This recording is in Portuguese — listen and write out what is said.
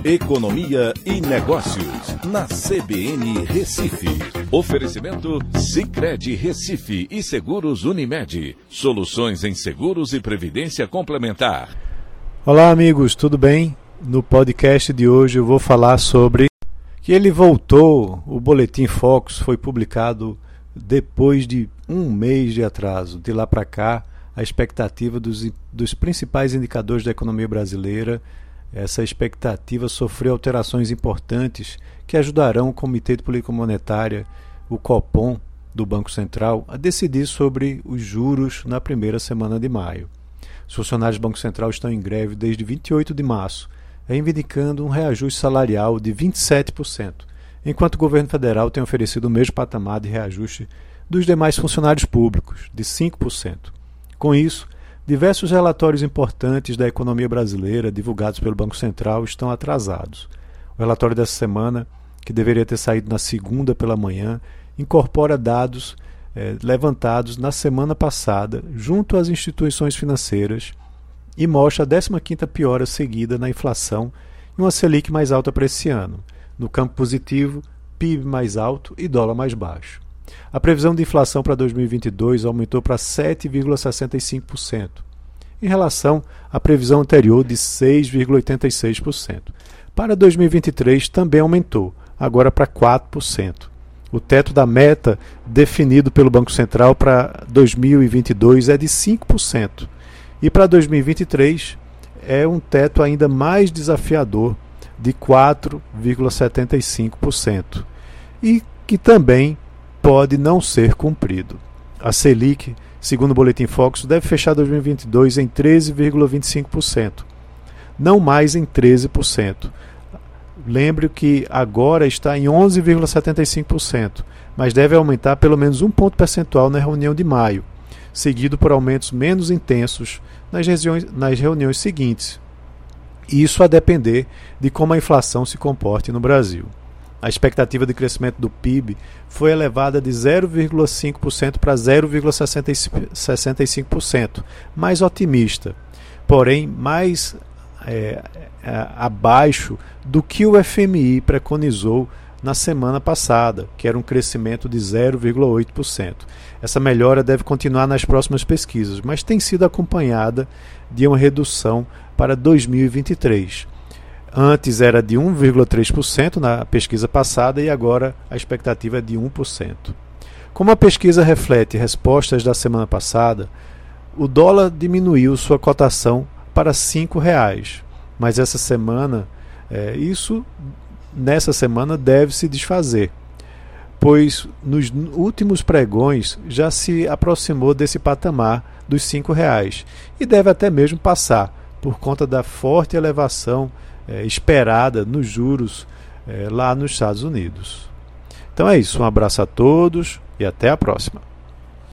Economia e Negócios, na CBN Recife. Oferecimento Sicredi Recife e Seguros Unimed. Soluções em seguros e previdência complementar. Olá amigos, tudo bem? No podcast de hoje eu vou falar sobre que ele voltou. O Boletim Focus foi publicado depois de um mês de atraso. De lá para cá, a expectativa dos principais indicadores da economia brasileira, essa expectativa sofreu alterações importantes que ajudarão o Comitê de Política Monetária, o Copom, do Banco Central, a decidir sobre os juros na primeira semana de maio. Os funcionários do Banco Central estão em greve desde 28 de março, reivindicando um reajuste salarial de 27%, enquanto o governo federal tem oferecido o mesmo patamar de reajuste dos demais funcionários públicos, de 5%. Com isso, diversos relatórios importantes da economia brasileira divulgados pelo Banco Central estão atrasados. O relatório dessa semana, que deveria ter saído na segunda pela manhã, incorpora dados levantados na semana passada junto às instituições financeiras e mostra a 15ª piora seguida na inflação e uma Selic mais alta para esse ano. No campo positivo, PIB mais alto e dólar mais baixo. A previsão de inflação para 2022 aumentou para 7,65%, em relação à previsão anterior de 6,86%. Para 2023 também aumentou, agora para 4%. O teto da meta definido pelo Banco Central para 2022 é de 5%. E para 2023 é um teto ainda mais desafiador de 4,75%. E que também pode não ser cumprido. A Selic, segundo o Boletim Focus, deve fechar 2022 em 13,25%, não mais em 13%. Lembre que agora está em 11,75%, mas deve aumentar pelo menos um ponto percentual na reunião de maio, seguido por aumentos menos intensos nas reuniões seguintes. Isso a depender de como a inflação se comporte no Brasil. A expectativa de crescimento do PIB foi elevada de 0,5% para 0,65%, mais otimista, porém mais abaixo do que o FMI preconizou na semana passada, que era um crescimento de 0,8%. Essa melhora deve continuar nas próximas pesquisas, mas tem sido acompanhada de uma redução para 2023. Antes era de 1,3% na pesquisa passada e agora a expectativa é de 1%. Como a pesquisa reflete respostas da semana passada, o dólar diminuiu sua cotação para R$ 5,00, mas essa semana, nessa semana deve se desfazer, pois nos últimos pregões já se aproximou desse patamar dos R$ 5,00 e deve até mesmo passar por conta da forte elevação esperada nos juros lá nos Estados Unidos. Então é isso, um abraço a todos e até a próxima.